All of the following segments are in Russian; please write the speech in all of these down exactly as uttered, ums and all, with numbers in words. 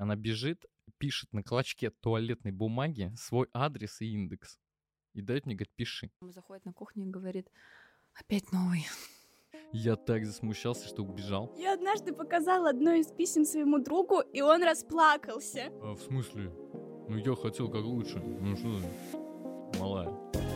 Она бежит, пишет на клочке туалетной бумаги свой адрес и индекс. И дает мне, говорит, пиши. Он заходит на кухню и говорит: опять новый. Я так засмущался, что убежал. Я однажды показала одно из писем своему другу, и он расплакался. А, в смысле? Ну я хотел как лучше. Ну что ты, малая.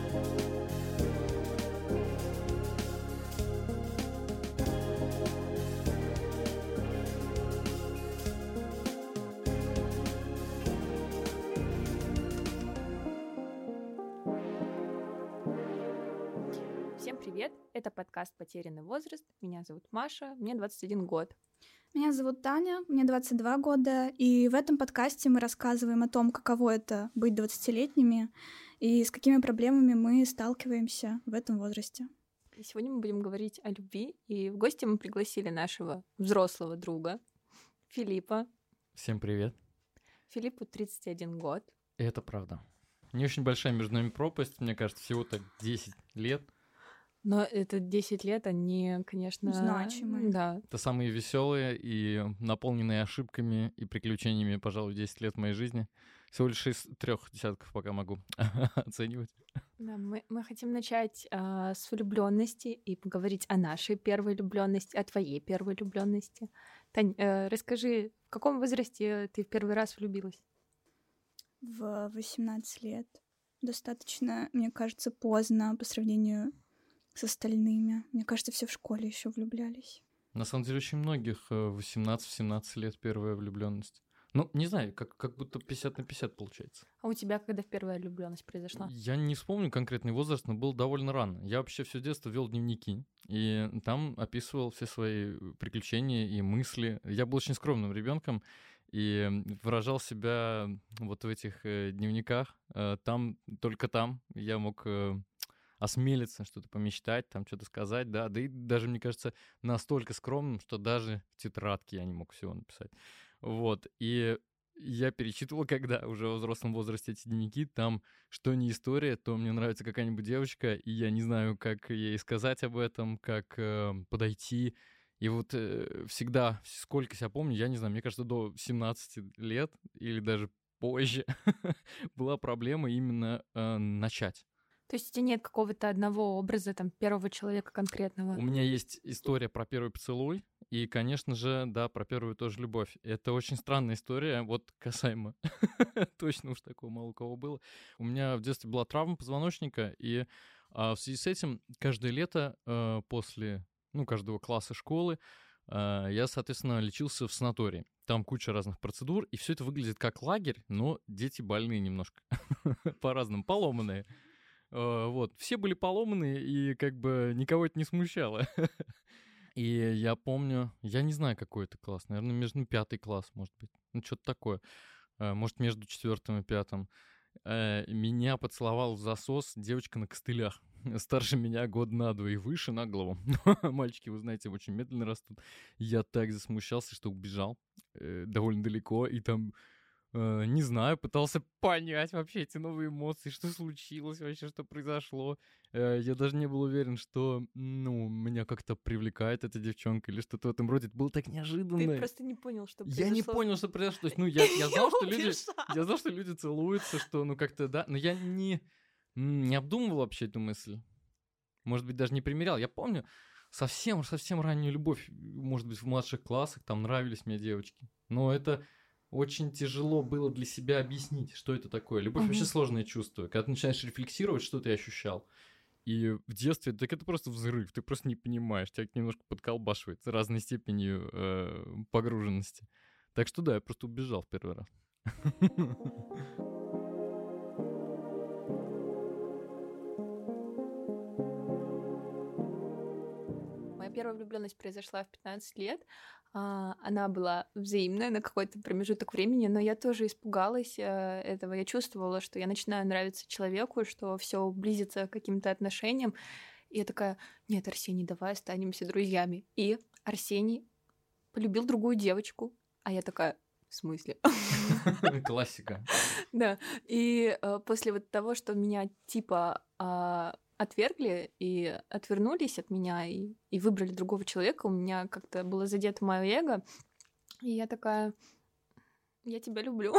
Всем привет! Это подкаст «Потерянный возраст». Меня зовут Маша, мне двадцать один год. Меня зовут Таня, мне двадцать два года, и в этом подкасте мы рассказываем о том, каково это быть двадцатилетними и с какими проблемами мы сталкиваемся в этом возрасте. И сегодня мы будем говорить о любви, и в гости мы пригласили нашего взрослого друга Филиппа. Всем привет. Филиппу тридцать один год. И это правда. Не очень большая между нами пропасть, мне кажется, всего-то десять лет. Но это десять лет, они, конечно... Значимые. Да. Это самые веселые и наполненные ошибками и приключениями, пожалуй, десять лет в моей жизни. Всего лишь из трех десятков пока могу оценивать. Да, мы, мы хотим начать а, с влюбленности и поговорить о нашей первой влюбленности, о твоей первой влюбленности. Тань, э, расскажи, в каком возрасте ты в первый раз влюбилась? В восемнадцать лет. Достаточно, мне кажется, поздно по сравнению с остальными. Мне кажется, все в школе еще влюблялись. На самом деле, очень многих восемнадцать-семнадцать лет первая влюбленность. Ну, не знаю, как, как будто пятьдесят на пятьдесят получается. А у тебя когда первая влюбленность произошла? Я не вспомню конкретный возраст, но был довольно рано. Я вообще все детство вел дневники, и там описывал все свои приключения и мысли. Я был очень скромным ребенком и выражал себя вот в этих дневниках. Там, только там я мог осмелиться что-то помечтать, там что-то сказать, да, да и даже, мне кажется, настолько скромным, что даже в тетрадке я не мог всего написать. Вот, и я перечитывал, когда уже в взрослом возрасте эти дневники, там что не история, то мне нравится какая-нибудь девочка, и я не знаю, как ей сказать об этом, как э, подойти. И вот э, всегда, сколько себя помню, я не знаю, мне кажется, до семнадцати лет или даже позже была проблема именно э, начать. То есть у тебя нет какого-то одного образа, там, первого человека конкретного? У меня есть история про первый поцелуй, и, конечно же, да, про первую тоже любовь. Это очень странная история, вот касаемо, точно уж такого мало у кого было. У меня в детстве была травма позвоночника, и а, в связи с этим каждое лето а, после, ну, каждого класса школы а, я, соответственно, лечился в санатории. Там куча разных процедур, и все это выглядит как лагерь, но дети больные немножко, по-разному, поломанные. Вот, все были поломаны, и как бы никого это не смущало. И я помню, я не знаю, какой это класс, наверное, между ну, пятый класс, может быть, ну, что-то такое, может, между четвертым и пятым. Меня поцеловал в засос девочка на костылях, старше меня год на два и выше на голову. Мальчики, вы знаете, очень медленно растут. Я так засмущался, что убежал довольно далеко, и там... Не знаю, пытался понять вообще эти новые эмоции, что случилось вообще, что произошло. Я даже не был уверен, что, ну, меня как-то привлекает эта девчонка или что-то в этом роде. Это было так неожиданно. Ты просто не понял, что произошло. Я не понял, что произошло. То есть, ну, я, я знал, что люди, я знал, что люди целуются, что, ну, как-то, да, но я не, не обдумывал вообще эту мысль. Может быть, даже не примерял. Я помню совсем-совсем раннюю любовь, может быть, в младших классах, там нравились мне девочки. Но это... Очень тяжело было для себя объяснить, что это такое. Любовь mm-hmm. вообще сложное чувство. Когда ты начинаешь рефлексировать, что ты ощущал. И в детстве, так это просто взрыв. Ты просто не понимаешь. Тебя немножко подколбашивает с разной степенью э, погруженности. Так что да, я просто убежал в первый раз. Первая влюбленность произошла в пятнадцать лет. Она была взаимная на какой-то промежуток времени, но я тоже испугалась этого. Я чувствовала, что я начинаю нравиться человеку, что все близится к каким-то отношениям. И я такая: нет, Арсений, давай останемся друзьями. И Арсений полюбил другую девочку. А я такая: в смысле? Классика. Да. И после вот того, что меня типа... отвергли и отвернулись от меня и, и выбрали другого человека, у меня как-то было задето мое эго, и я такая: Я тебя люблю.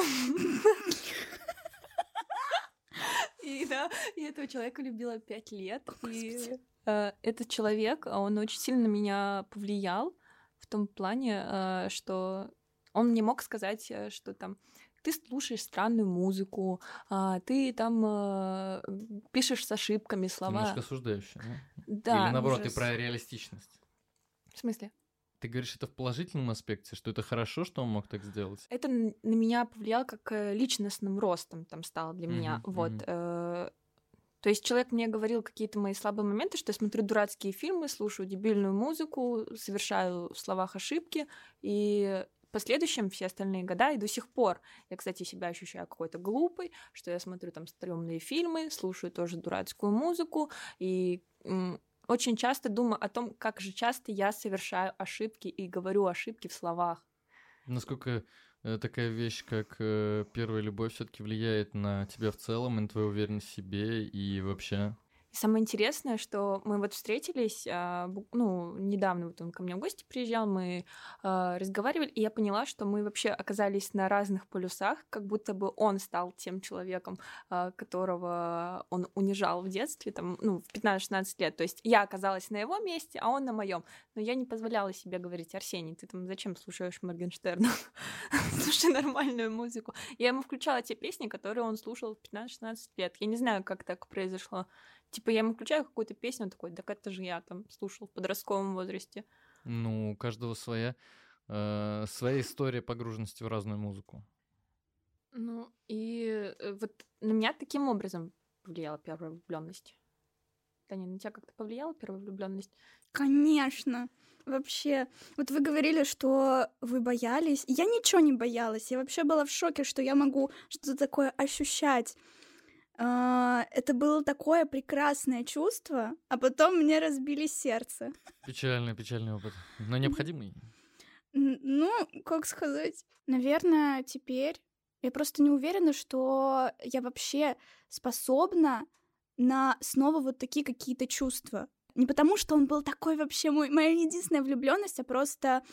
И да, я этого человека любила пять лет. И э, этот человек, он очень сильно на меня повлиял в том плане, э, что он мне мог сказать, э, что там ты слушаешь странную музыку, а, ты там э, пишешь с ошибками слова. Немножко осуждающая, да? Да. Или наоборот, ужас. ты про реалистичность? В смысле? Ты говоришь это в положительном аспекте, что это хорошо, что он мог так сделать? Это н- на меня повлияло как э, личностным ростом там стало для меня. Мгм, Вот. мгм. э, То есть человек мне говорил какие-то мои слабые моменты, что я смотрю дурацкие фильмы, слушаю дебильную музыку, совершаю в словах ошибки, и в последующем все остальные года и до сих пор я, кстати, себя ощущаю какой-то глупой, что я смотрю там стрёмные фильмы, слушаю тоже дурацкую музыку, и м, очень часто думаю о том, как же часто я совершаю ошибки и говорю ошибки в словах. Насколько э, такая вещь, как э, первая любовь, все-таки влияет на тебя в целом, и на твою уверенность в себе и вообще? И самое интересное, что мы вот встретились, а, бу- ну, недавно вот он ко мне в гости приезжал, мы а, разговаривали, и я поняла, что мы вообще оказались на разных полюсах, как будто бы он стал тем человеком, а, которого он унижал в детстве, там, ну, в пятнадцать-шестнадцать лет. То есть я оказалась на его месте, а он на моем. Но я не позволяла себе говорить: Арсений, ты там зачем слушаешь Моргенштерна? Слушай нормальную музыку. Я ему включала те песни, которые он слушал в пятнадцать-шестнадцать лет. Я не знаю, как так произошло. Типа я ему включаю какую-то песню, он такой: так это же я там слушал в подростковом возрасте. Ну, у каждого своя, э, своя история погруженности в разную музыку. Ну, и э, вот на меня таким образом повлияла первая влюбленность. Таня, на тебя как-то повлияла первая влюбленность? Конечно. Вообще, вот вы говорили, что вы боялись. Я ничего не боялась. Я вообще была в шоке, что я могу что-то такое ощущать. А, Это было такое прекрасное чувство, а потом мне разбили сердце. Печальный, печальный опыт, но необходимый. Н- Ну, как сказать? Наверное, теперь я просто не уверена, что я вообще способна на снова вот такие какие-то чувства. Не потому, что он был такой вообще мой, моя единственная влюбленность, а просто,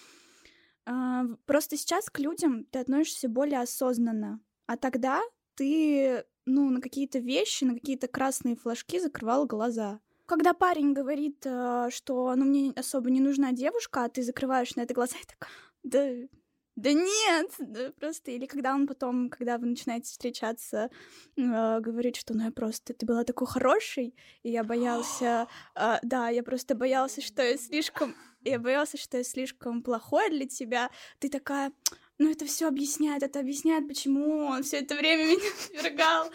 а, в- просто сейчас к людям ты относишься более осознанно. А тогда ты, ну, на какие-то вещи, на какие-то красные флажки закрывал глаза. Когда парень говорит, э, что ну, мне особо не нужна девушка, а ты закрываешь на это глаза, и так, да, да нет, да просто. Или когда он потом, когда вы начинаете встречаться, э, говорит, что ну я просто, ты была такой хорошей, и я боялся, э, да, я просто боялся, что я слишком, я боялся, что я слишком плохой для тебя. Ты такая, ну это все объясняет, это объясняет, почему он все это время меня свергал.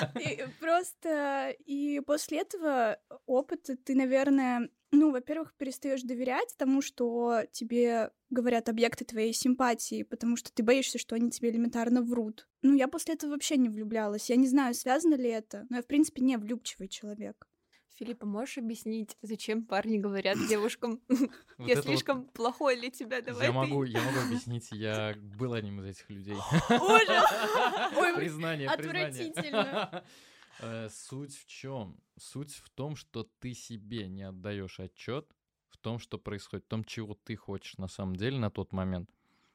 И просто и после этого опыта ты, наверное, ну, во-первых, перестаешь доверять тому, что тебе говорят объекты твоей симпатии, потому что ты боишься, что они тебе элементарно врут. Ну, я после этого вообще не влюблялась. Я не знаю, связано ли это, но я, в принципе, не влюбчивый человек. Филиппа, можешь объяснить, зачем парни говорят девушкам: Вот я это вот слишком плохой для тебя, давай я ты. могу, я могу объяснить, я был одним из этих людей. Ужас! Ой, Признание, признание. отвратительно. Э, Суть в чем? Суть в том, что ты себе не отдаешь отчет в том, что происходит, в том, чего ты хочешь на самом деле на тот момент.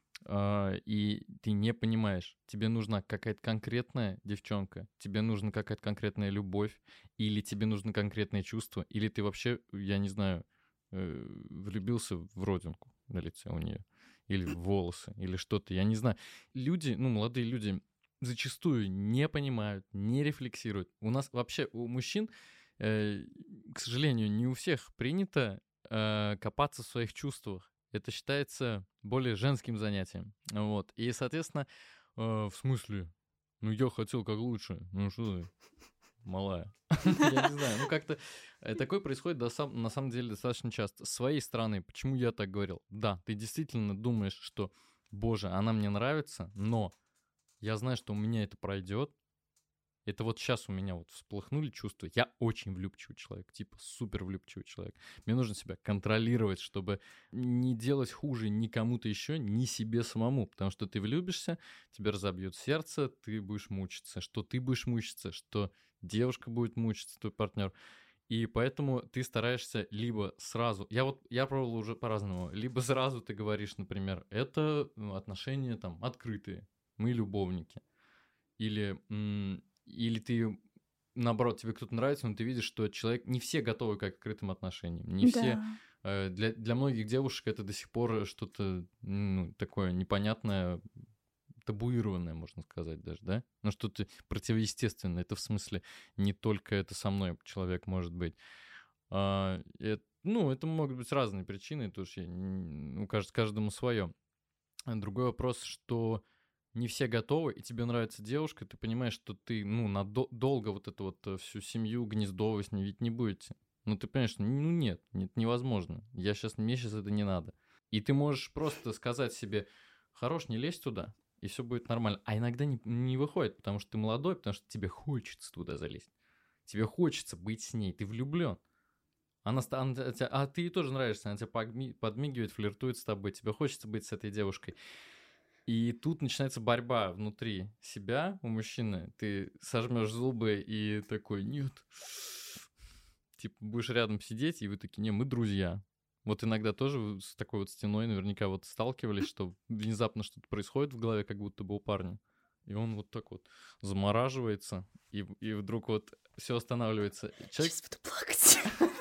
А, И ты не понимаешь, тебе нужна какая-то конкретная девчонка, тебе нужна какая-то конкретная любовь, или тебе нужно конкретное чувство, или ты вообще, я не знаю, э, влюбился в родинку на лице у нее, или в волосы, или что-то, я не знаю. Люди, ну, молодые люди зачастую не понимают, не рефлексируют. У нас вообще, у мужчин, э, к сожалению, не у всех принято э, копаться в своих чувствах. Это считается более женским занятием. Вот. И, соответственно, э, в смысле, ну я хотел как лучше. Ну что ты, малая. Я не знаю, ну как-то э, такое происходит до сам- на самом деле достаточно часто. С своей стороны, почему я так говорил? Да, ты действительно думаешь, что, боже, она мне нравится, но я знаю, что у меня это пройдет. Это вот сейчас у меня вот всплыхнули чувства. Я очень влюбчивый человек, типа супер влюбчивый человек. Мне нужно себя контролировать, чтобы не делать хуже ни кому-то еще, ни себе самому. Потому что ты влюбишься, тебе разобьет сердце, ты будешь мучиться. Что ты будешь мучиться, что девушка будет мучиться, твой партнер. И поэтому ты стараешься либо сразу... Я вот, я пробовал уже по-разному. Либо сразу ты говоришь, например, это ну, отношения там открытые. мы любовники. Или, м- или ты, наоборот, тебе кто-то нравится, но ты видишь, что человек... Не все готовы к открытым отношениям. Не все... Да. э, Для, для многих девушек это до сих пор что-то ну, такое непонятное, табуированное, можно сказать даже, да? Ну, что-то противоестественное. Это в смысле не только это со мной человек может быть. А, э- ну, это могут быть разные причины, то есть я н- ну, кажд- каждому свое. Другой вопрос, что не все готовы, и тебе нравится девушка, ты понимаешь, что ты, ну, надолго вот эту вот э, всю семью, гнездо вы с ней ведь не будете. Ну, ты понимаешь, ну, нет, нет, невозможно. Я сейчас, мне сейчас это не надо. И ты можешь просто сказать себе, хорош, не лезь туда, и все будет нормально. А иногда не, не выходит, потому что ты молодой, потому что тебе хочется туда залезть. Тебе хочется быть с ней, ты влюблен. Она, ста- она те- те- а ты ей тоже нравишься, она тебе погми- подмигивает, флиртует с тобой, тебе хочется быть с этой девушкой. И тут начинается борьба внутри себя у мужчины. Ты сожмешь зубы и такой, нет. Типа будешь рядом сидеть, и вы такие, не, мы друзья. Вот иногда тоже вы с такой вот стеной наверняка вот сталкивались, что внезапно что-то происходит в голове, как будто бы у парня. И он вот так вот замораживается, и, и вдруг вот все останавливается. И человек... Сейчас буду плакать.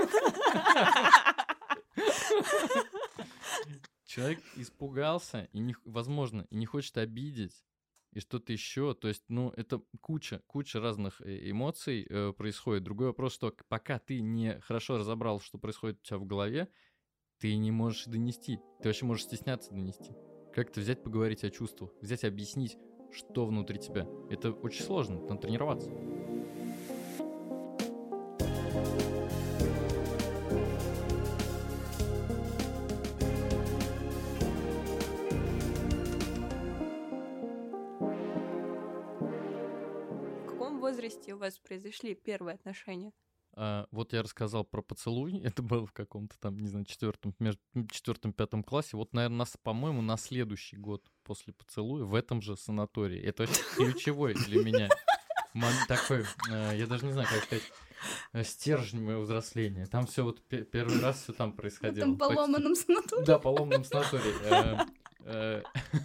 Человек испугался, и не, возможно, и не хочет обидеть, и что-то еще. То есть, ну, это куча, куча разных э- эмоций э, происходит. Другой вопрос, что к- пока ты не хорошо разобрал, что происходит у тебя в голове, ты не можешь донести. Ты вообще можешь стесняться донести. Как-то взять, поговорить о чувствах, взять, объяснить, что внутри тебя. Это очень сложно, надо тренироваться. В каком возрасте у вас произошли первые отношения? А, вот я рассказал про поцелуй, это было в каком-то там, не знаю, четвертом, между четвертом-пятом классе. Вот, наверное, нас, по-моему, на следующий год после поцелуя в этом же санатории. Это очень ключевой для меня момент такой, э, я даже не знаю, как сказать, э, стержень моего взросления. Там все вот пе- первый раз все там В происходило. этом Почти. поломанном санатории. Да, по ломаном санатории. Э, э,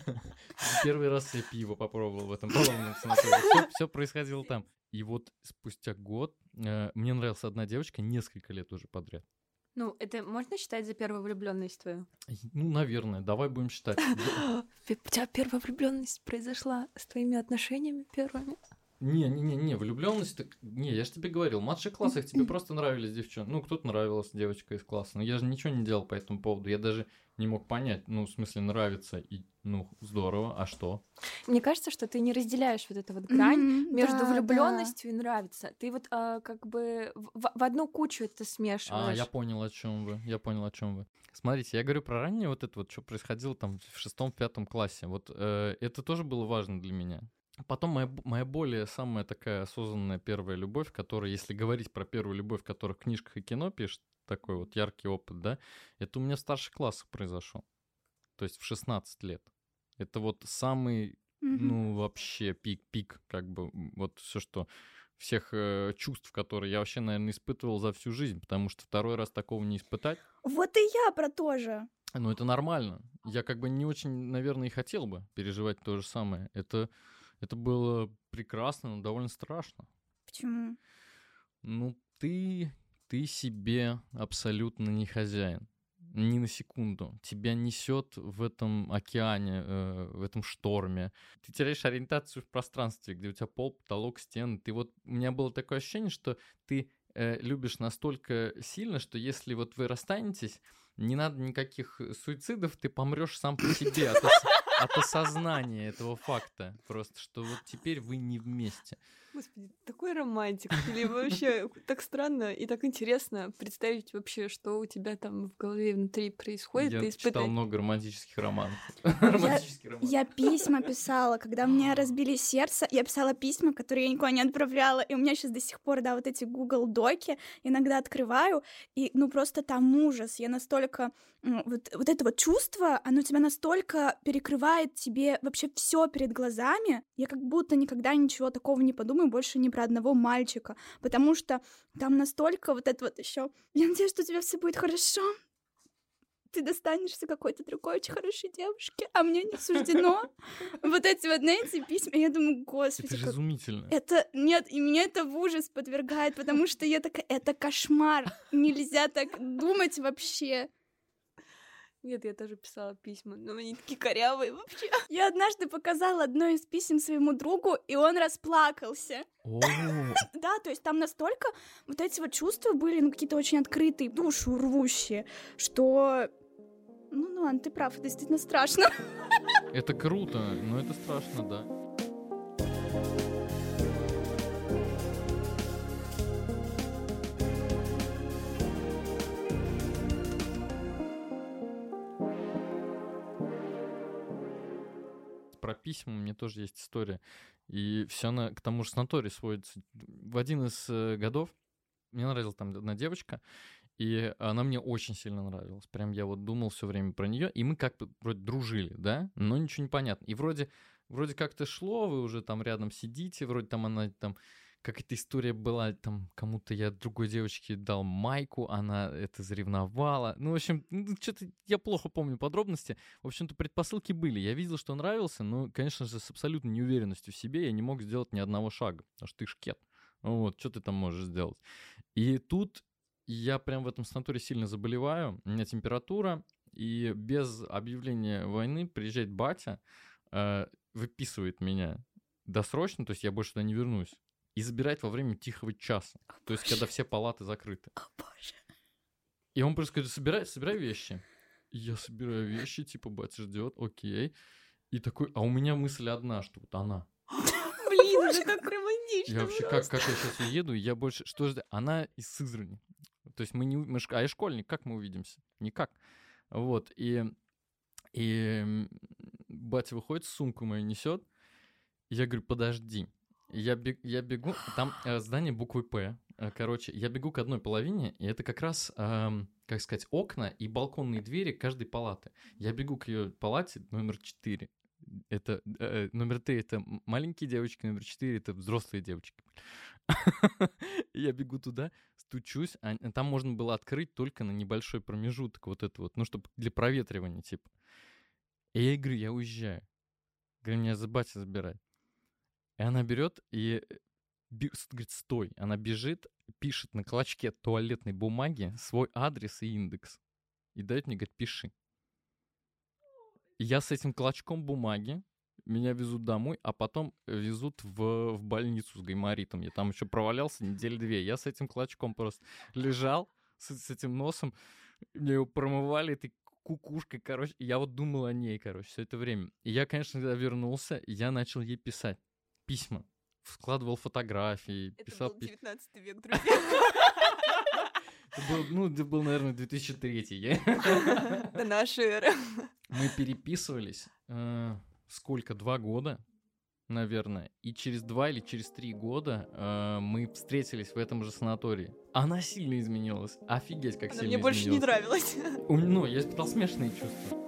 Первый раз я пиво попробовал в этом поломанном санатории. Все происходило там. И вот спустя год э, мне нравилась одна девочка несколько лет уже подряд. Ну, это можно считать за первую влюбленность твою? Ну, наверное, давай будем считать. Я- У тебя первая влюбленность произошла с твоими отношениями первыми? Не, не, не, не, влюбленность, так не, я же тебе говорил, в младших классах тебе просто нравились девчонки. Ну, кто-то нравилась девочка из класса, но я же ничего не делал по этому поводу. Я даже не мог понять, ну, в смысле, нравится, и, ну, здорово, а что? Мне кажется, что ты не разделяешь вот эту вот грань Мгм, между да, влюбленностью и нравится. Ты вот а, как бы в, в одну кучу это А, смешиваешь. я понял, о чем вы. Я понял, о чем вы. Смотрите, я говорю про раннее вот это вот, что происходило там в шестом-пятом классе. Вот э, это тоже было важно для меня. Потом моя, б- моя более самая такая осознанная первая любовь, которая, если говорить про первую любовь, которая в книжках и кино пишет, такой вот яркий опыт, да, это у меня в старших классах произошел. То есть в шестнадцать лет. Это вот самый, Мгм. ну, вообще пик-пик, как бы, м, вот все, что всех э, чувств, которые я вообще, наверное, испытывал за всю жизнь, потому что второй раз такого не испытать, Вот и я про то же. ну, это нормально. Я как бы не очень, наверное, и хотел бы переживать то же самое. Это, это было прекрасно, но довольно страшно. Почему? Ну, ты, ты себе абсолютно не хозяин. Ни на секунду. Тебя несет в этом океане, э, в этом шторме. Ты теряешь ориентацию в пространстве, где у тебя пол, потолок, стены. Ты вот... У меня было такое ощущение, что ты э, любишь настолько сильно, что если вот вы расстанетесь, не надо никаких суицидов, ты помрешь сам по себе от, ос- от осознания этого факта. Просто, что вот теперь вы не вместе. Господи, такой романтик. Или вообще так странно и так интересно представить вообще, что у тебя там в голове внутри происходит. Я и читал испытать. много романтических романов. Я, Романтический роман. я письма писала, когда мне разбили сердце, я писала письма, которые я никуда не отправляла, и у меня сейчас до сих пор, да, вот эти Google доки иногда открываю, и, ну, просто там ужас, я настолько, м, вот, вот это вот чувство, оно тебя настолько перекрывает тебе вообще все перед глазами, я как будто никогда ничего такого не подумаю больше ни про одного мальчика, потому что там настолько вот это вот еще, я надеюсь, что у тебя все будет хорошо. ты достанешься какой-то другой очень хорошей девушке, а мне не суждено. Вот эти вот, знаете, письма, я думаю, господи. Это же как... изумительно. Это, нет, и меня это в ужас подвергает, потому что я такая, это кошмар, нельзя так думать вообще. Нет, я тоже писала письма, но они такие корявые вообще. Я однажды показала одно из писем своему другу, и он расплакался. О, Да, то есть там настолько вот эти вот чувства были, ну, какие-то очень открытые, душу рвущие, что... Ну, ну, Ан, ты прав, это действительно страшно. это круто, но это страшно, да. Про письма у меня тоже есть история. И все она к тому же санаторию сводится. В один из э, годов мне нравилась там одна девочка, и она мне очень сильно нравилась. Прям я вот думал все время про нее, и мы как бы вроде дружили, да, но ничего не понятно. И вроде, вроде как-то шло, вы уже там рядом сидите, вроде там она там... Какая-то история была, там кому-то я другой девочке дал майку, она это заревновала. Ну, в общем, ну, что-то я плохо помню подробности. В общем-то, предпосылки были. Я видел, что нравился, но, конечно же, с абсолютной неуверенностью в себе я не мог сделать ни одного шага, потому что ты шкет. Вот, что ты там можешь сделать? И тут я прям в этом санатории сильно заболеваю, у меня температура, и без объявления войны приезжает батя, э, выписывает меня досрочно, то есть я больше туда не вернусь. И забирать во время тихого часа. О, То есть, боже. когда все палаты закрыты. О, боже. И он просто говорит, собирай, собирай вещи. И я собираю вещи, типа, батя ждет, окей. И такой, а у меня мысль одна, что вот она. Блин, это так романтично. Я вообще, как, как я сейчас уеду, я больше... Что же... Она из Сызрани. То есть мы не... Мы, а я школьник, как мы увидимся? Никак. Вот, и... И батя выходит, сумку мою несет. И я говорю, подожди. Я, бег, я бегу, там э, здание буквы «П», э, короче, я бегу к одной половине, и это как раз, э, как сказать, окна и балконные двери каждой палаты. Я бегу к ее палате номер четыре. Это, э, номер три — это маленькие девочки, номер четыре — это взрослые девочки. Я бегу туда, стучусь, а там можно было открыть только на небольшой промежуток вот это вот, ну, чтобы для проветривания, типа. И я говорю, я уезжаю. Говорю, меня за батя забирать. И она берет и б... говорит, стой. Она бежит, пишет на клочке туалетной бумаги свой адрес и индекс. И дает мне, говорит, пиши. И я с этим клочком бумаги, меня везут домой, а потом везут в, в больницу с гайморитом. Я там еще провалялся недели две. Я с этим клочком просто лежал, с, с этим носом. Мне его промывали этой кукушкой, короче. И я вот думал о ней, короче, все это время. И я, конечно, когда вернулся, я начал ей писать письма. Вкладывал фотографии, Это писал был письма. девятнадцатый век, друзья. Это был, ну, это был, наверное, две тысячи третий. До нашей эры. Мы переписывались э, сколько? Два года, наверное. И через два или через три года э, мы встретились в этом же санатории. Она сильно изменилась. Офигеть, как Она сильно мне больше не изменилась. нравилась. У- Ну, я испытал смешанные чувства.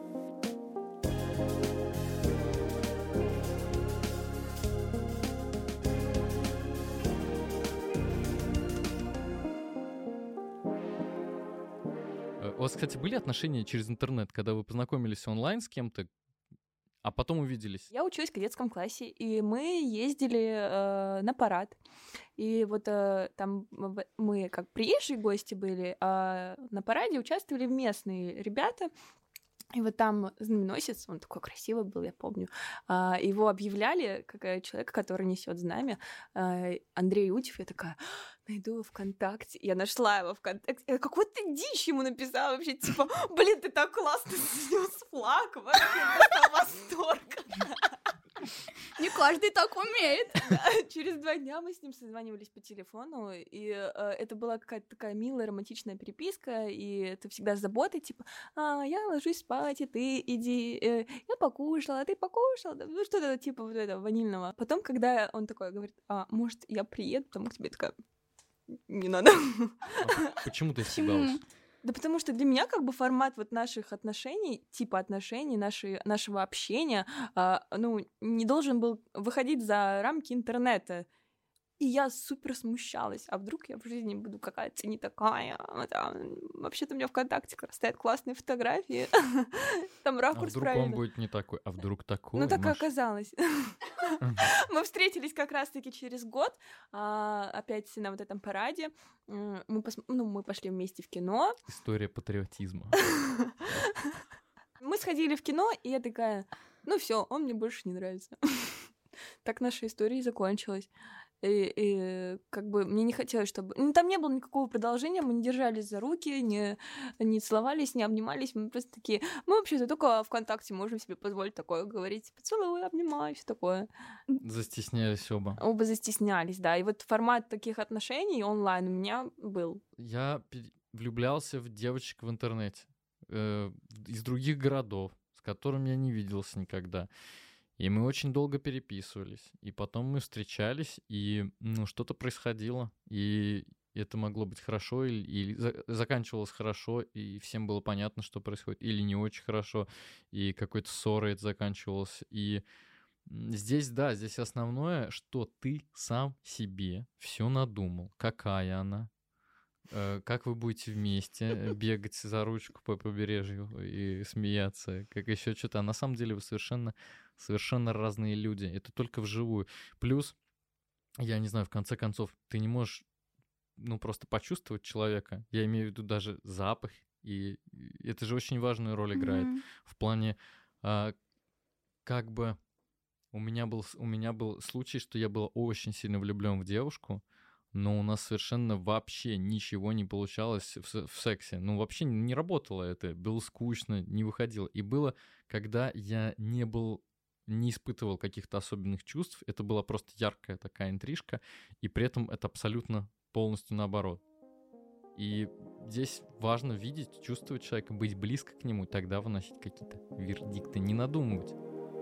У вас, кстати, были отношения через интернет, когда вы познакомились онлайн с кем-то, а потом увиделись? Я училась в кадетском классе, и мы ездили э, на парад. И вот э, там в- мы как приезжие гости были, а на параде участвовали местные ребята. И вот там знаменосец, он такой красивый был, я помню. а, Его объявляли как э, человека, который несет знамя. а, Андрей Утев. Я такая, найду его ВКонтакте. Я нашла его ВКонтакте. Я какую-то дичь ему написала вообще, типа, блин, ты так классно снес флаг, вообще просто восторг. Не каждый так умеет. Да, через два дня мы с ним созванивались по телефону, и э, это была какая-то такая милая романтичная переписка, и это всегда с заботой, типа, а, я ложусь спать, и ты иди, э, я покушала, а ты покушал, да, ну что-то типа вот этого ванильного. Потом, когда он такой говорит, а, может, я приеду, потому к тебе такая, не надо. А почему ты испугалась? Да потому что для меня как бы формат вот наших отношений, типа отношений, наши, нашего общения, а, ну, не должен был выходить за рамки интернета. И я супер смущалась. А вдруг я в жизни буду какая-то не такая? А там, вообще-то у меня ВКонтакте стоят классные фотографии. Там А ракурс вдруг он правильный. будет не такой, а вдруг такой? Ну, так и Маш? оказалось. Мгм. Мы встретились как раз-таки через год, а, опять на вот этом параде. М, Мы, пос- ну, мы пошли вместе в кино. История патриотизма. Мы сходили в кино, и я такая, ну все, он мне больше не нравится. Так наша история и закончилась. И, и как бы мне не хотелось, чтобы... Ну, там не было никакого продолжения, мы не держались за руки, не, не целовались, не обнимались, мы просто такие... Мы вообще-то только ВКонтакте можем себе позволить такое говорить. Поцелуй, обнимай, все такое. Застеснялись оба. Оба застеснялись, да. И вот формат таких отношений онлайн у меня был. Я пе- влюблялся в девочек в интернете э, из других городов, с которыми я не виделся никогда. И мы очень долго переписывались. И потом мы встречались, и ну, что-то происходило. И это могло быть хорошо, или, или за- заканчивалось хорошо, и всем было понятно, что происходит, или не очень хорошо, и какой-то ссорой это заканчивалось. И м, здесь, да, здесь основное, что ты сам себе все надумал. Какая она, э, как вы будете вместе э, бегать за ручку по побережью и смеяться, как еще что-то. А на самом деле вы совершенно, совершенно разные люди. Это только вживую. Плюс, я не знаю, в конце концов, ты не можешь, ну, просто почувствовать человека. Я имею в виду даже запах. И и это же очень важную роль играет. Мгм. В плане, а, как бы у меня был, с- у меня был случай, что я был очень сильно влюблен в девушку, но у нас совершенно вообще ничего не получалось в, се- в сексе. Ну, вообще не работало это. Было скучно, не выходило. И было, когда я не был, не испытывал каких-то особенных чувств, это была просто яркая такая интрижка, и при этом это абсолютно полностью наоборот. И здесь важно видеть, чувствовать человека, быть близко к нему, тогда выносить какие-то вердикты, не надумывать.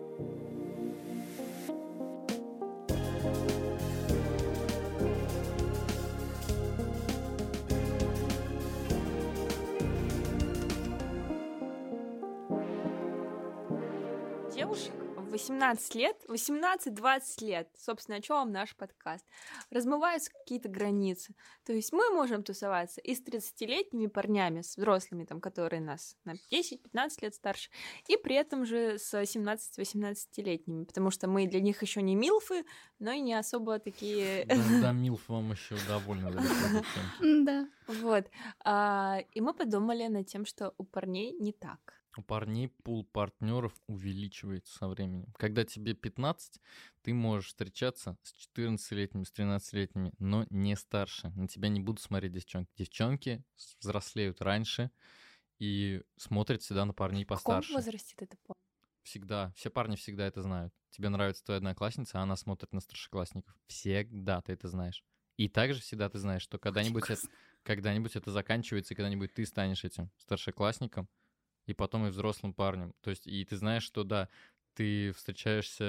Девушек в восемнадцать лет, восемнадцать-двадцать лет, собственно, о чем наш подкаст, размываются какие-то границы. То есть мы можем тусоваться и с тридцатилетними парнями, с взрослыми, там, которые нас на десять-пятнадцать лет старше, и при этом же с семнадцати-восемнадцатилетними, потому что мы для них еще не милфы, но и не особо такие... Да, до милф вам еще довольно далеко, девчонки. Да. Вот. А, и мы подумали над тем, что у парней не так. У парней пул партнеров увеличивается со временем. Когда тебе пятнадцать, ты можешь встречаться с четырнадцатилетними, с тринадцатилетними, но не старше. На тебя не будут смотреть девчонки. Девчонки с- взрослеют раньше и смотрят всегда на парней В каком постарше. возрасте ты это помнишь? Всегда. Все парни всегда это знают. Тебе нравится твоя одноклассница, а она смотрит на старшеклассников. Всегда ты это знаешь. И также всегда ты знаешь, что когда-нибудь это, когда-нибудь это заканчивается, и когда-нибудь ты станешь этим старшеклассником, и потом и взрослым парнем. То есть, и ты знаешь, что да, ты встречаешься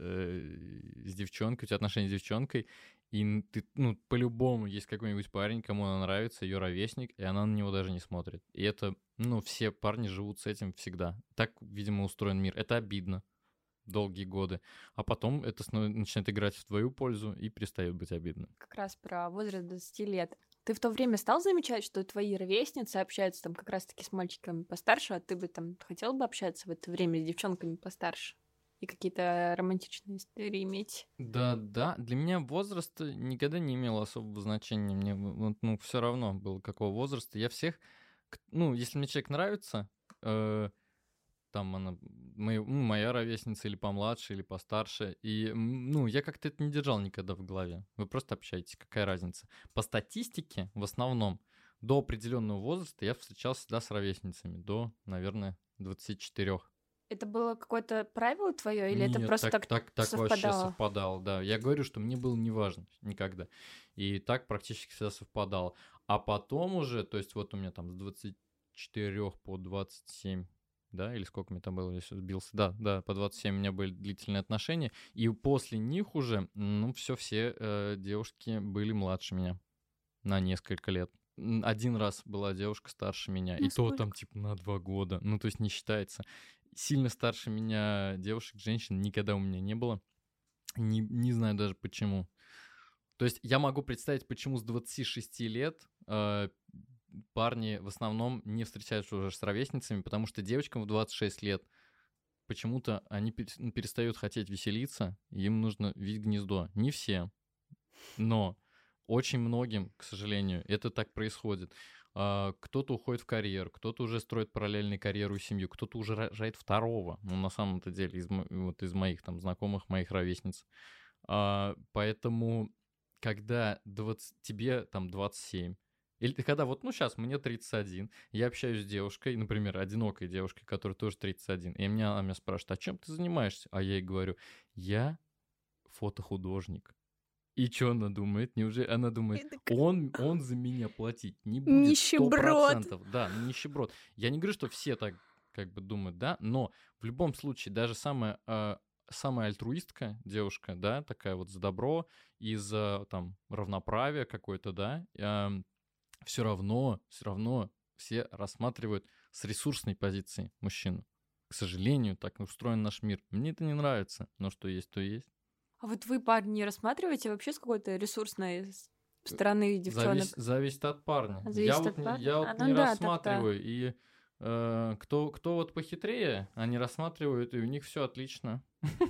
э, с девчонкой, у тебя отношения с девчонкой, и н- ты, ну, по-любому есть какой-нибудь парень, кому она нравится, ее ровесник, и она на него даже не смотрит. И это, ну, все парни живут с этим всегда. Так, видимо, устроен мир. Это обидно долгие годы. А потом это снова начинает играть в твою пользу и перестает быть обидно. Как раз про возраст двадцати лет. Ты в то время стал замечать, что твои ровесницы общаются там как раз-таки с мальчиками постарше, а ты бы там хотел бы общаться в это время с девчонками постарше и какие-то романтичные истории иметь? Да, да, для меня возраст никогда не имел особого значения. Мне вот, ну, все равно было какого возраста. Я всех, к- ну, если мне человек нравится, э, там она, моя, ну, моя ровесница или помладше, или постарше, и, м, ну, я как-то это не держал никогда в голове. Вы просто общаетесь, какая разница. По статистике, в основном, до определенного возраста я встречался всегда с ровесницами, до, наверное, двадцати четырёх. Это было какое-то правило твое, или это Нет, просто так, так, так, так вообще совпадало? совпадало, да. Я говорю, что мне было неважно никогда. И так практически всегда совпадало. А потом уже, то есть вот у меня там с двадцати четырёх по двадцать семь, да, или сколько мне там было, я сейчас сбился. Да, да, по двадцать семь у меня были длительные отношения. И после них уже, ну, все, все э, девушки были младше меня на несколько лет. М, Один раз была девушка старше меня, и то там Насколько? типа на два года. Ну, то есть не считается. Сильно старше меня девушек, женщин никогда у меня не было. Не, не знаю даже почему. То есть я могу представить, почему с двадцати шести лет э, парни в основном не встречаются уже с ровесницами, потому что девочкам в двадцать шесть лет почему-то они перестают хотеть веселиться, им нужно видеть гнездо. Не все, но очень многим, к сожалению, это так происходит. Кто-то уходит в карьеру, кто-то уже строит параллельную карьеру и семью, кто-то уже рожает второго, ну, на самом-то деле, из, вот из моих там знакомых, моих ровесниц. Поэтому, когда двадцать, тебе там двадцать семь, или когда вот, ну, сейчас мне тридцать один, я общаюсь с девушкой, например, одинокой девушкой, которая тоже тридцать один, и меня, она меня спрашивает, а чем ты занимаешься? А я ей говорю, я фотохудожник. И что она думает? Неужели она думает, он, он за меня платить не будет Нищеброд. сто процентов? Да, нищеброд. Я не говорю, что все так как бы думают, да, но в любом случае даже самая, э, самая альтруистка девушка, да, такая вот за добро и за там равноправие какое-то, да, э, все равно, все равно все рассматривают с ресурсной позиции мужчину. К сожалению, так устроен наш мир. Мне это не нравится, но что есть, то есть. А вот вы, парни, не рассматриваете вообще с какой-то ресурсной стороны девчонок? Завис, зависит от парня. Зависит я от вот, парня? я вот а, ну не да, рассматриваю. Так-то. И э, кто, кто вот похитрее, они рассматривают, и у них все отлично.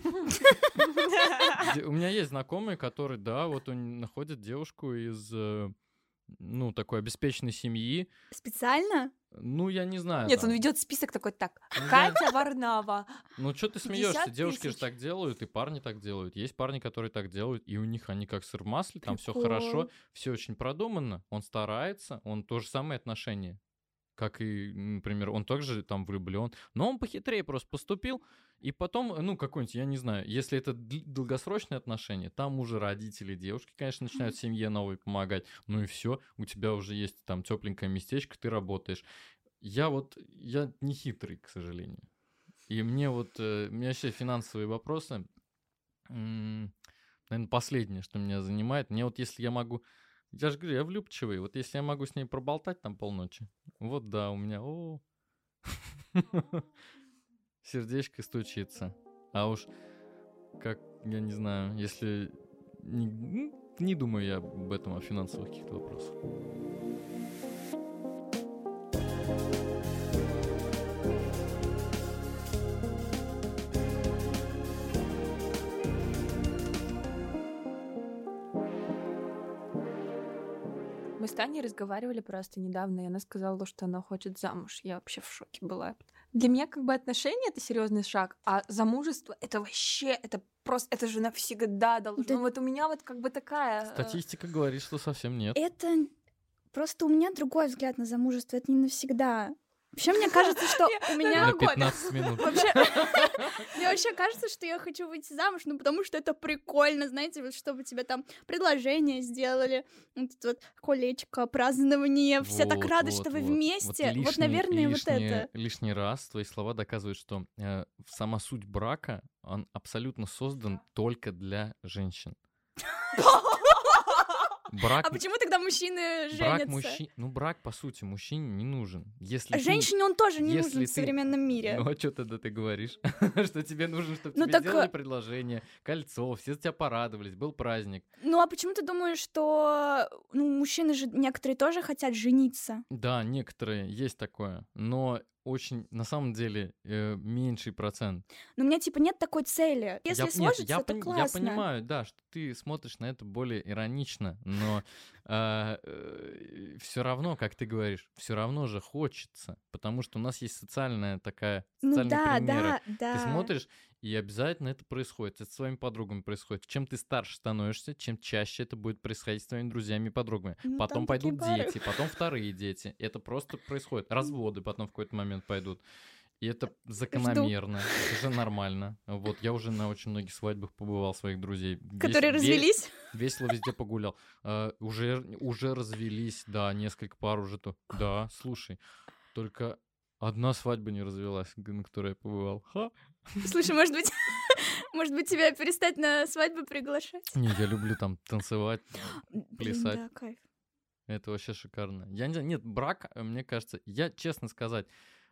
У меня есть знакомые, которые, да, вот он находит девушку из, ну, такой обеспеченной семьи. Специально? Ну, я не знаю. Нет, там. он ведет список такой, так, Катя Варнава. Ну, что ты смеешься? Девушки же так делают, и парни так делают. Есть парни, которые так делают, и у них они как сыр в масле, там все хорошо, все очень продуманно. Он старается, он то же самое отношение. Как и, например, он также там влюблен, но он похитрее просто поступил, и потом, ну, какой-нибудь, я не знаю, если это долгосрочные отношения, там уже родители девушки, конечно, начинают семье новой помогать, ну и все, у тебя уже есть там тепленькое местечко, ты работаешь. Я вот, я не хитрый, к сожалению. И мне вот, э, у меня вообще финансовые вопросы, м- наверное, последнее, что меня занимает. Мне вот если я могу... Я же говорю, я влюбчивый. Вот если я могу с ней проболтать там полночи, вот да, у меня о сердечко стучится. А уж как, я не знаю, если... Не, не думаю я об этом, о финансовых каких-то вопросах. Мы с Таней разговаривали просто недавно, и она сказала, что она хочет замуж. Я вообще в шоке была. Для меня как бы отношения — это серьезный шаг, а замужество — это вообще, это просто, это же навсегда должно. Да. Вот у меня вот как бы такая... Статистика говорит, что совсем нет. Это просто у меня другой взгляд на замужество, это не навсегда. Вообще, мне кажется, что у меня... На пятнадцать минут. Мне вообще кажется, что я хочу выйти замуж, ну, потому что это прикольно, знаете, вот чтобы тебе там предложение сделали, вот это вот колечко, празднование, все так рады, что вы вместе. Вот, наверное, вот это. Лишний раз твои слова доказывают, что сама суть брака, он абсолютно создан только для женщин. Брак... А почему тогда мужчины женятся? Брак мужчин... Ну, брак, по сути, мужчине не нужен. Если Женщине ты... он тоже не Если нужен ты... в современном мире. Ну, а что тогда ты говоришь? Что тебе нужно, чтобы ну, тебе так... сделали предложение, кольцо, все за тебя порадовались, был праздник. Ну, а почему ты думаешь, что ну, мужчины же некоторые тоже хотят жениться? Да, некоторые, есть такое. Но очень, на самом деле, э, меньший процент. Но у меня, типа, нет такой цели. Если я, сложится, нет, я то пон- классно. Я понимаю, да, что ты смотришь на это более иронично, но э, э, все равно, как ты говоришь, все равно же хочется, потому что у нас есть социальная такая, социальные ну, да, примеры. Да, да. Ты смотришь, и обязательно это происходит. Это с своими подругами происходит. Чем ты старше становишься, чем чаще это будет происходить с твоими друзьями и подругами. Ну, потом пойдут дети, пары. потом вторые дети. Это просто происходит. Разводы потом в какой-то момент пойдут. И это закономерно, Жду. Это же нормально. Вот, я уже на очень многих свадьбах побывал своих друзей. Которые Вес, развелись? Весело везде погулял. Uh, уже, уже развелись, да, несколько пар уже. То. Да, слушай, только одна свадьба не развелась, на которой я побывал. Ха. Слушай, может быть, может быть, тебя перестать на свадьбу приглашать? Не, я люблю там танцевать, плясать. Блин, да, кайф. Это вообще шикарно. Я не знаю, нет, брак, мне кажется, я, честно сказать,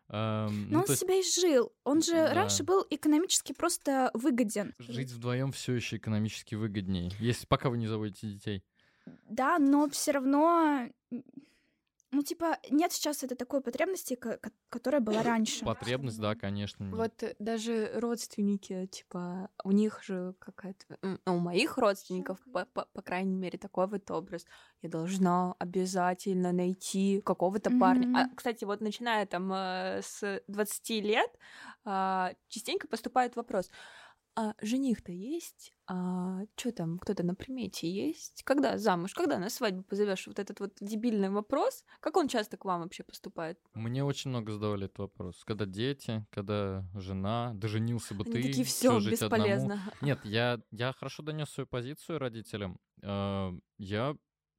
Эм, Но ну, он то есть себя изжил. Он же Да. раньше был экономически просто выгоден. жить вдвоем все еще экономически выгоднее, если пока вы не заводите детей. Да, но все равно, м, ну, типа, нет сейчас этой такой потребности, ко- ко- которая была раньше. Потребность, да, конечно, нет. Вот э, даже родственники, типа, у них же какая-то... м, У моих родственников, по, по- по крайней мере, такой вот образ. Я должна обязательно найти какого-то парня. А, Мгм. кстати, вот начиная там э, с двадцати лет, а, частенько поступает вопрос. А жених-то есть? А что там, кто-то на примете есть? Когда замуж? Когда на свадьбу позовешь? Вот этот вот дебильный вопрос. Как он часто к вам вообще поступает? Мне очень много задавали этот вопрос. Когда дети, когда жена, да женился бы Они ты, такие, чё все жить одному? бесполезно. Нет, я, я хорошо донес свою позицию родителям. Э, Я,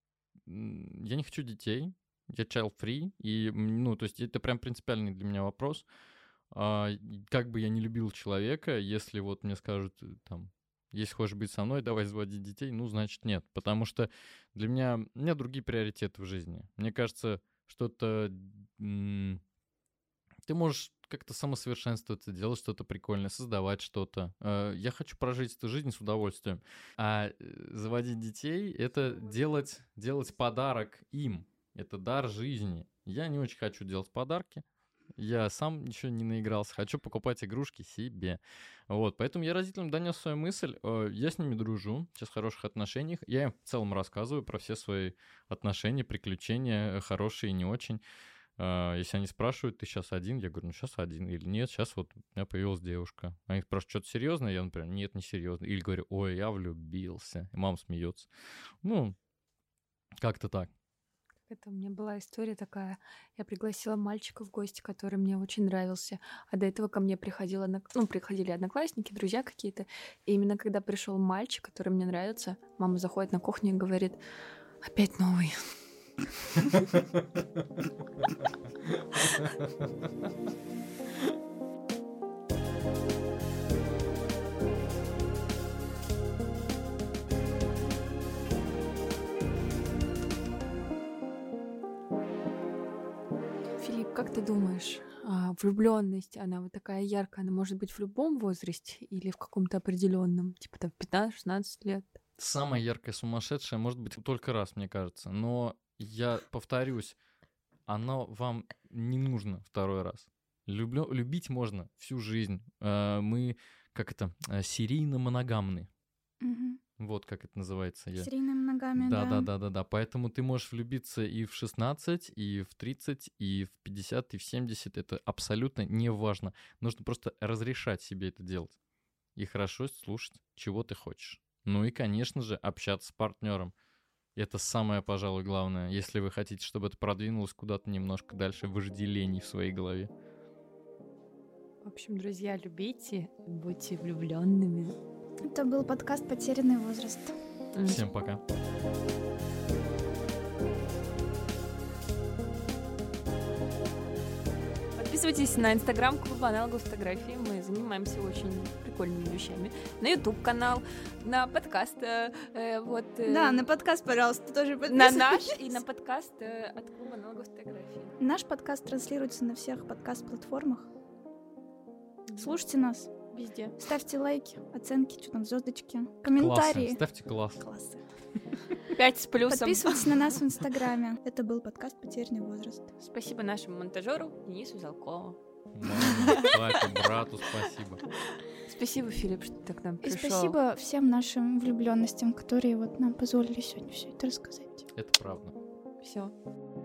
м, я не хочу детей, я child-free, и, м, ну, то есть это прям принципиальный для меня вопрос. А, и Как бы я не любил человека, если вот мне скажут, э, там, если хочешь быть со мной, давай заводить детей, ну, значит, нет. Потому что для меня, у меня другие приоритеты в жизни. Мне кажется, что-то... м, Ты можешь как-то самосовершенствоваться, делать что-то прикольное, создавать что-то. Э, Я хочу прожить эту жизнь с удовольствием. А э, заводить детей — это делать, делать подарок им. Это дар жизни. Я не очень хочу делать подарки. Я сам ничего не наигрался. Хочу покупать игрушки себе. Вот, поэтому я родителям донес свою мысль. э, Я с ними дружу, сейчас в хороших отношениях. Я им в целом рассказываю про все свои отношения, приключения, э, хорошие и не очень. А, Если они спрашивают, ты сейчас один? Я говорю, ну сейчас один. Или нет, сейчас вот у меня появилась девушка. Они спрашивают, что-то серьезное? Я, например, нет, не серьезно. Или говорю, ой, я влюбился. И мама смеется. Ну, как-то так. Это у меня была история такая. Я пригласила мальчика в гости, который мне очень нравился. А до этого ко мне приходила, однок- ну, приходили одноклассники, друзья какие-то. И именно когда пришел мальчик, который мне нравится, мама заходит на кухню и говорит, опять новый. Филипп, как ты думаешь, влюбленность, она вот такая яркая, она может быть в любом возрасте или в каком-то определенном, типа там пятнадцать-шестнадцать лет? Самая яркая сумасшедшая может быть только раз, мне кажется. Но я повторюсь, оно вам не нужно второй раз. Люблю, любить можно всю жизнь. Э, Мы, как это, э, серийно-моногамны. Мгм. Вот как это называется. Я... Серийными ногами, Да, да. да, да, да, да. Поэтому ты можешь влюбиться и в шестнадцать, и в тридцать, и в пятьдесят, и в семьдесят. Это абсолютно не важно. Нужно просто разрешать себе это делать. И хорошо слушать, чего ты хочешь. Ну и, конечно же, общаться с партнером. Это самое, пожалуй, главное, если вы хотите, чтобы это продвинулось куда-то немножко дальше вожделений в своей голове. В общем, друзья, любите, будьте влюбленными. Это был подкаст «Потерянный возраст». Всем пока. Подписывайтесь на инстаграм клуба аналогов фотографии. Мы занимаемся очень прикольными вещами. На ютуб канал, на подкаст. э, э, вот, э, Да, на подкаст, пожалуйста, тоже на подписывайтесь. наш и на подкаст э, от клуба аналогов фотографии. Наш подкаст транслируется на всех подкаст-платформах. Слушайте нас, Везде. ставьте лайки, оценки, что там, звездочки, комментарии. Классно. Ставьте класс. Классы. Пять с плюсом. Подписывайтесь на нас в Инстаграме. Это был подкаст «Потерянный возраст». Спасибо нашему монтажеру Денису Залкову. Маме, папе, брату спасибо. Спасибо, Филипп, что ты к нам И пришел. спасибо всем нашим влюбленностям, которые вот нам позволили сегодня все это рассказать. Это правда. Все.